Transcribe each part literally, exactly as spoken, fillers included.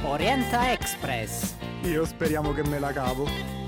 Orienta Express. Io speriamo che me la cavo.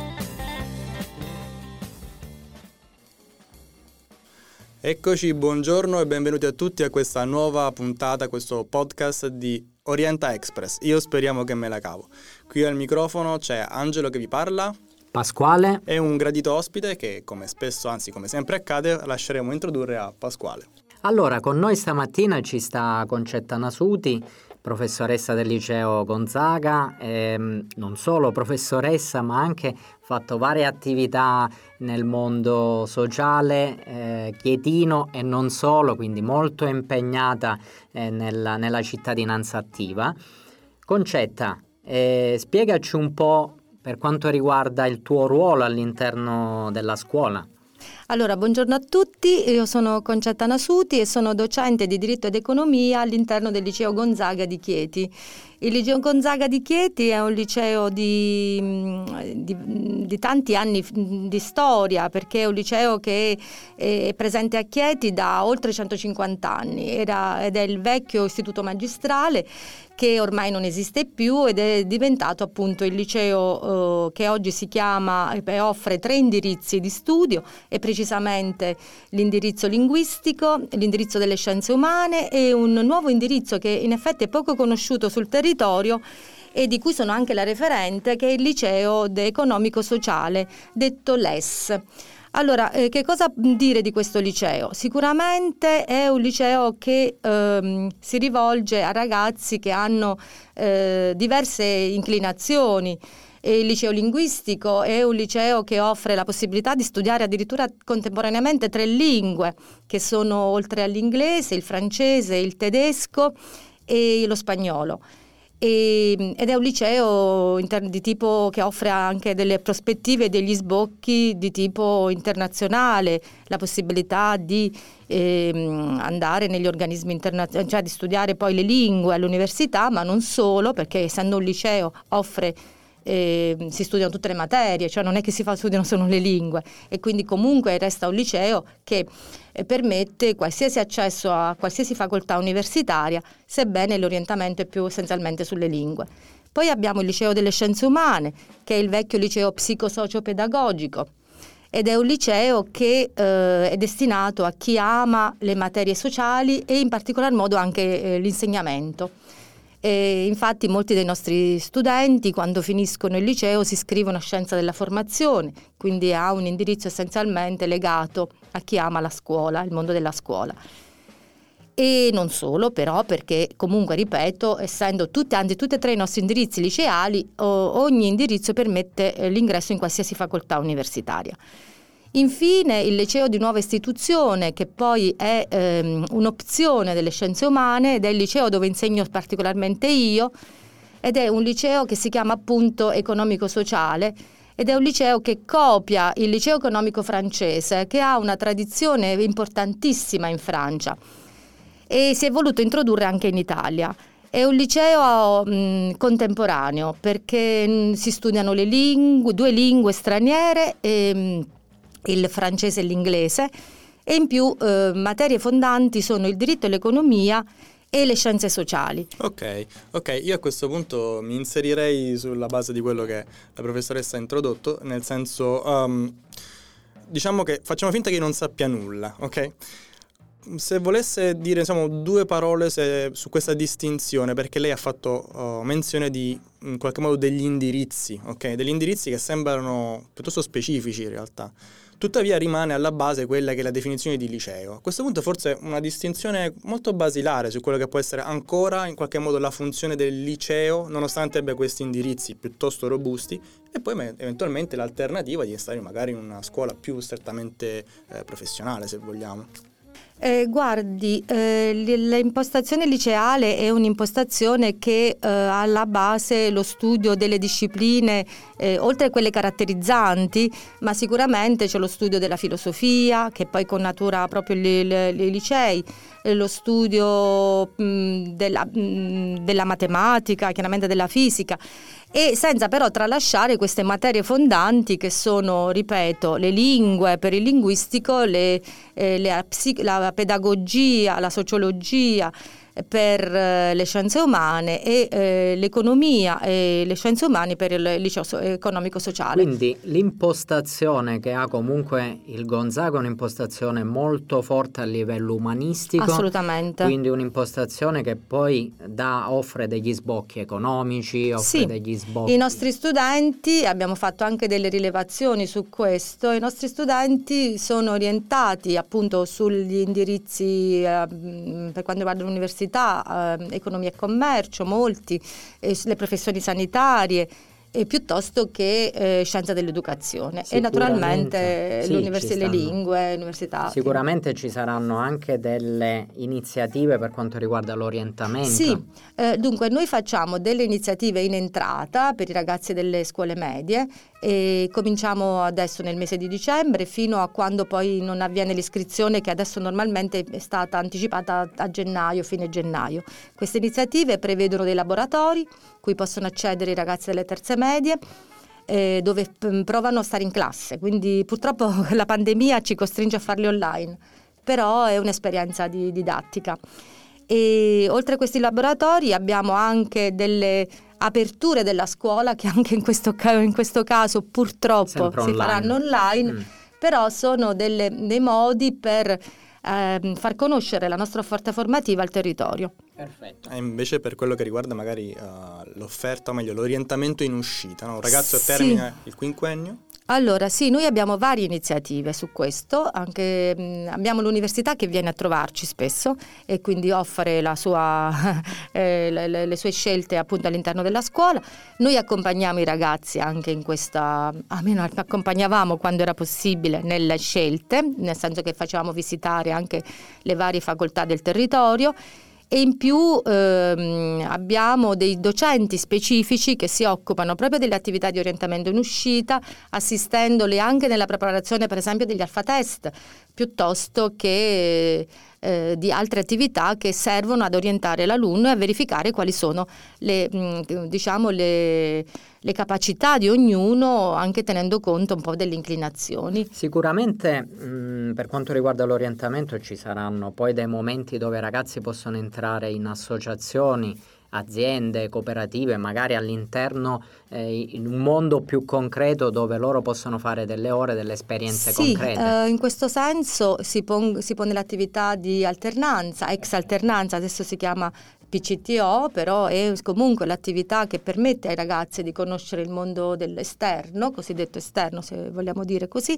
Eccoci, buongiorno e benvenuti a tutti a questa nuova puntata, questo podcast di Orienta Express. Io speriamo che me la cavo. Qui al microfono c'è Angelo che vi parla. Pasquale. E un gradito ospite che, come spesso, anzi come sempre accade, lasceremo introdurre a Pasquale. Allora, con noi stamattina ci sta Concetta Nasuti, professoressa del liceo Gonzaga, ehm, non solo professoressa ma anche fatto varie attività nel mondo sociale, eh, chietino e non solo, quindi molto impegnata eh, nella, nella cittadinanza attiva. Concetta, eh, spiegaci un po' per quanto riguarda il tuo ruolo all'interno della scuola. Allora, buongiorno a tutti, io sono Concetta Nasuti e sono docente di diritto ed economia all'interno del liceo Gonzaga di Chieti. Il liceo Gonzaga di Chieti è un liceo di, di, di tanti anni di storia, perché è un liceo che è presente a Chieti da oltre centocinquanta anni. Era, ed è il vecchio istituto magistrale che ormai non esiste più ed è diventato appunto il liceo eh, che oggi si chiama e offre tre indirizzi di studio, e precisamente l'indirizzo linguistico, l'indirizzo delle scienze umane e un nuovo indirizzo che in effetti è poco conosciuto sul territorio e di cui sono anche la referente, che è il liceo economico-sociale, detto L E S. Allora, eh, che cosa dire di questo liceo? Sicuramente è un liceo che ehm, si rivolge a ragazzi che hanno eh, diverse inclinazioni. E il liceo linguistico è un liceo che offre la possibilità di studiare addirittura contemporaneamente tre lingue, che sono, oltre all'inglese, il francese, il tedesco e lo spagnolo. E, ed è un liceo inter- di tipo che offre anche delle prospettive e degli sbocchi di tipo internazionale, la possibilità di ehm, andare negli organismi internazionali, cioè di studiare poi le lingue all'università, ma non solo, perché essendo un liceo offre Eh, si studiano tutte le materie, cioè non è che si fa, studiano solo le lingue, e quindi comunque resta un liceo che eh, permette qualsiasi accesso a qualsiasi facoltà universitaria, sebbene l'orientamento è più essenzialmente sulle lingue. Poi abbiamo il liceo delle scienze umane, che è il vecchio liceo psicosocio-pedagogico, ed è un liceo che eh, è destinato a chi ama le materie sociali e in particolar modo anche eh, l'insegnamento. E infatti molti dei nostri studenti, quando finiscono il liceo, si iscrivono a scienza della formazione, quindi ha un indirizzo essenzialmente legato a chi ama la scuola, il mondo della scuola. E non solo però, perché comunque, ripeto, essendo tutti, anzi tutti e tre i nostri indirizzi liceali, o, ogni indirizzo permette eh, l'ingresso in qualsiasi facoltà universitaria. Infine il liceo di nuova istituzione, che poi è ehm, un'opzione delle scienze umane ed è il liceo dove insegno particolarmente io, ed è un liceo che si chiama appunto economico-sociale, ed è un liceo che copia il liceo economico francese, che ha una tradizione importantissima in Francia e si è voluto introdurre anche in Italia. È un liceo mh, contemporaneo, perché mh, si studiano le lingue, due lingue straniere, e, mh, il francese e l'inglese, e in più eh, materie fondanti sono il diritto e l'economia e le scienze sociali. Ok, ok, io a questo punto mi inserirei sulla base di quello che la professoressa ha introdotto, nel senso, um, diciamo che facciamo finta che non sappia nulla, ok? Se volesse dire, insomma, due parole se, su questa distinzione, perché lei ha fatto uh, menzione di, in qualche modo, degli indirizzi, ok? Degli indirizzi che sembrano piuttosto specifici in realtà. Tuttavia rimane alla base quella che è la definizione di liceo. A questo punto forse una distinzione molto basilare su quello che può essere ancora in qualche modo la funzione del liceo, nonostante abbia questi indirizzi piuttosto robusti, e poi eventualmente l'alternativa di stare magari in una scuola più strettamente eh, professionale, se vogliamo. Eh, guardi, eh, l'impostazione liceale è un'impostazione che eh, ha alla base lo studio delle discipline, eh, oltre a quelle caratterizzanti, ma sicuramente c'è lo studio della filosofia, che poi connatura proprio i licei, eh, lo studio mh, della, mh, della matematica, chiaramente della fisica, e senza però tralasciare queste materie fondanti che sono, ripeto, le lingue per il linguistico, le, eh, le, la pedagogia, la sociologia, per eh, le scienze umane e eh, l'economia e le scienze umane per il liceo so- economico-sociale. Quindi l'impostazione che ha comunque il Gonzaga è un'impostazione molto forte a livello umanistico. Assolutamente. Quindi un'impostazione che poi dà, offre degli sbocchi economici, offre Sì, degli sbocchi. i nostri studenti, abbiamo fatto anche delle rilevazioni su questo, i nostri studenti sono orientati appunto sugli indirizzi eh, per quanto riguarda l'università, eh, economia e commercio, molti, eh, le professioni sanitarie, eh, piuttosto che eh, scienza dell'educazione e naturalmente sì, l'univers- ci le stanno. lingue, l'università. Sicuramente ci saranno anche delle iniziative per quanto riguarda l'orientamento. Sì, eh, dunque noi facciamo delle iniziative in entrata per i ragazzi delle scuole medie e cominciamo adesso nel mese di dicembre fino a quando poi non avviene l'iscrizione, che adesso normalmente è stata anticipata a gennaio, fine gennaio. Queste iniziative prevedono dei laboratori cui possono accedere i ragazzi delle terze medie, eh, dove p- provano a stare in classe, quindi purtroppo la pandemia ci costringe a farli online, però è un'esperienza di didattica. E oltre a questi laboratori abbiamo anche delle aperture della scuola che anche in questo, ca- in questo caso purtroppo Sempre si online. faranno online, Mm. però sono delle- dei modi per ehm, far conoscere la nostra offerta formativa al territorio. Perfetto. E invece per quello che riguarda magari eh, l'offerta, o meglio l'orientamento in uscita, no? Un ragazzo Sì. termina il quinquennio. Allora sì, noi abbiamo varie iniziative su questo, anche mh, abbiamo l'università che viene a trovarci spesso e quindi offre la sua, eh, le, le- le sue scelte appunto all'interno della scuola. Noi accompagniamo i ragazzi anche in questa, almeno accompagnavamo quando era possibile nelle scelte, nel senso che facevamo visitare anche le varie facoltà del territorio. E in più ehm, abbiamo dei docenti specifici che si occupano proprio delle attività di orientamento in uscita, assistendoli anche nella preparazione per esempio degli alpha test, piuttosto che eh, di altre attività che servono ad orientare l'alunno e a verificare quali sono le, mh, diciamo le, le capacità di ognuno, anche tenendo conto un po' delle inclinazioni. Sicuramente mh, per quanto riguarda l'orientamento ci saranno poi dei momenti dove i ragazzi possono entrare in associazioni, aziende, cooperative, magari all'interno eh, in un mondo più concreto dove loro possono fare delle ore, delle esperienze Sì, concrete. eh, in questo senso si, pon- si pone l'attività di alternanza, ex alternanza, adesso si chiama P C T O, però è comunque l'attività che permette ai ragazzi di conoscere il mondo dell'esterno, cosiddetto esterno se vogliamo dire così,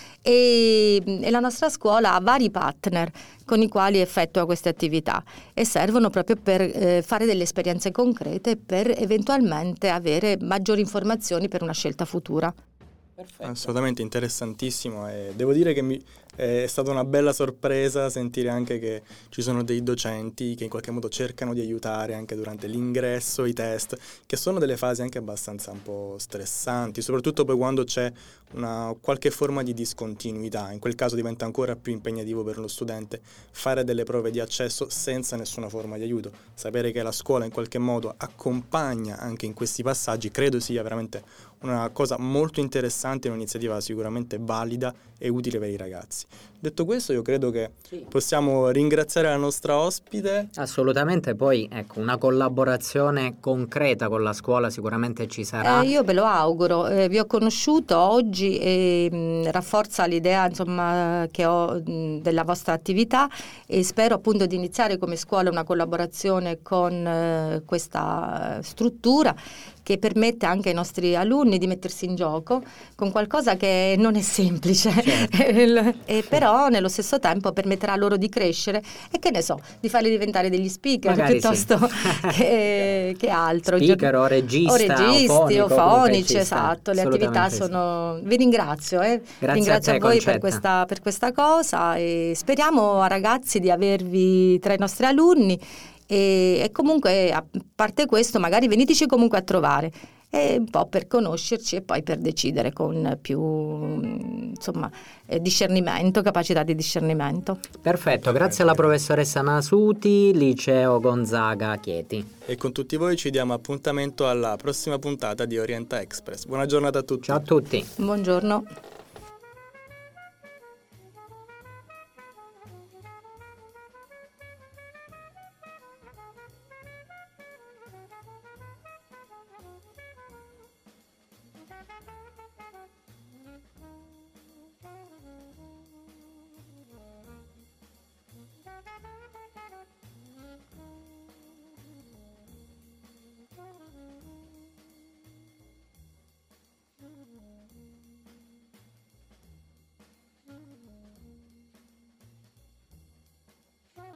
e, e la nostra scuola ha vari partner con i quali effettua queste attività e servono proprio per eh, fare delle esperienze concrete per eventualmente avere maggiori informazioni per una scelta futura. Perfetto. Assolutamente interessantissimo e devo dire che mi, è stata una bella sorpresa sentire anche che ci sono dei docenti che in qualche modo cercano di aiutare anche durante l'ingresso, i test, che sono delle fasi anche abbastanza un po' stressanti, soprattutto poi quando c'è una qualche forma di discontinuità. In quel caso diventa ancora più impegnativo per lo studente fare delle prove di accesso senza nessuna forma di aiuto. Sapere che la scuola in qualche modo accompagna anche in questi passaggi credo sia veramente una cosa molto interessante, un'iniziativa sicuramente valida e utile per i ragazzi. Detto questo, io credo che Sì. possiamo ringraziare la nostra ospite. Assolutamente, poi ecco, una collaborazione concreta con la scuola sicuramente ci sarà. Eh, io ve lo auguro, eh, vi ho conosciuto oggi e mh, rafforza l'idea insomma che ho mh, della vostra attività e spero appunto di iniziare come scuola una collaborazione con eh, questa struttura che permette anche ai nostri alunni di mettersi in gioco con qualcosa che non è semplice, Certo. e però nello stesso tempo permetterà loro di crescere e che ne so, di farli diventare degli speaker Magari piuttosto sì. che, che altro. Speaker o regista, o registi o o fonico, comunque fonici, ci sta. esatto, le attività Assolutamente sì. sono... Vi ringrazio, eh. Grazie ringrazio a a, te, voi per Concetta. questa, per questa cosa e speriamo a ragazzi di avervi tra i nostri alunni e, e comunque a parte questo magari veniteci comunque a trovare e un po' per conoscerci e poi per decidere con più insomma eh, discernimento, capacità di discernimento. Perfetto, grazie alla professoressa Nasuti, Liceo Gonzaga Chieti. E con tutti voi ci diamo appuntamento alla prossima puntata di Orienta Express. Buona giornata a tutti. Ciao a tutti. Buongiorno.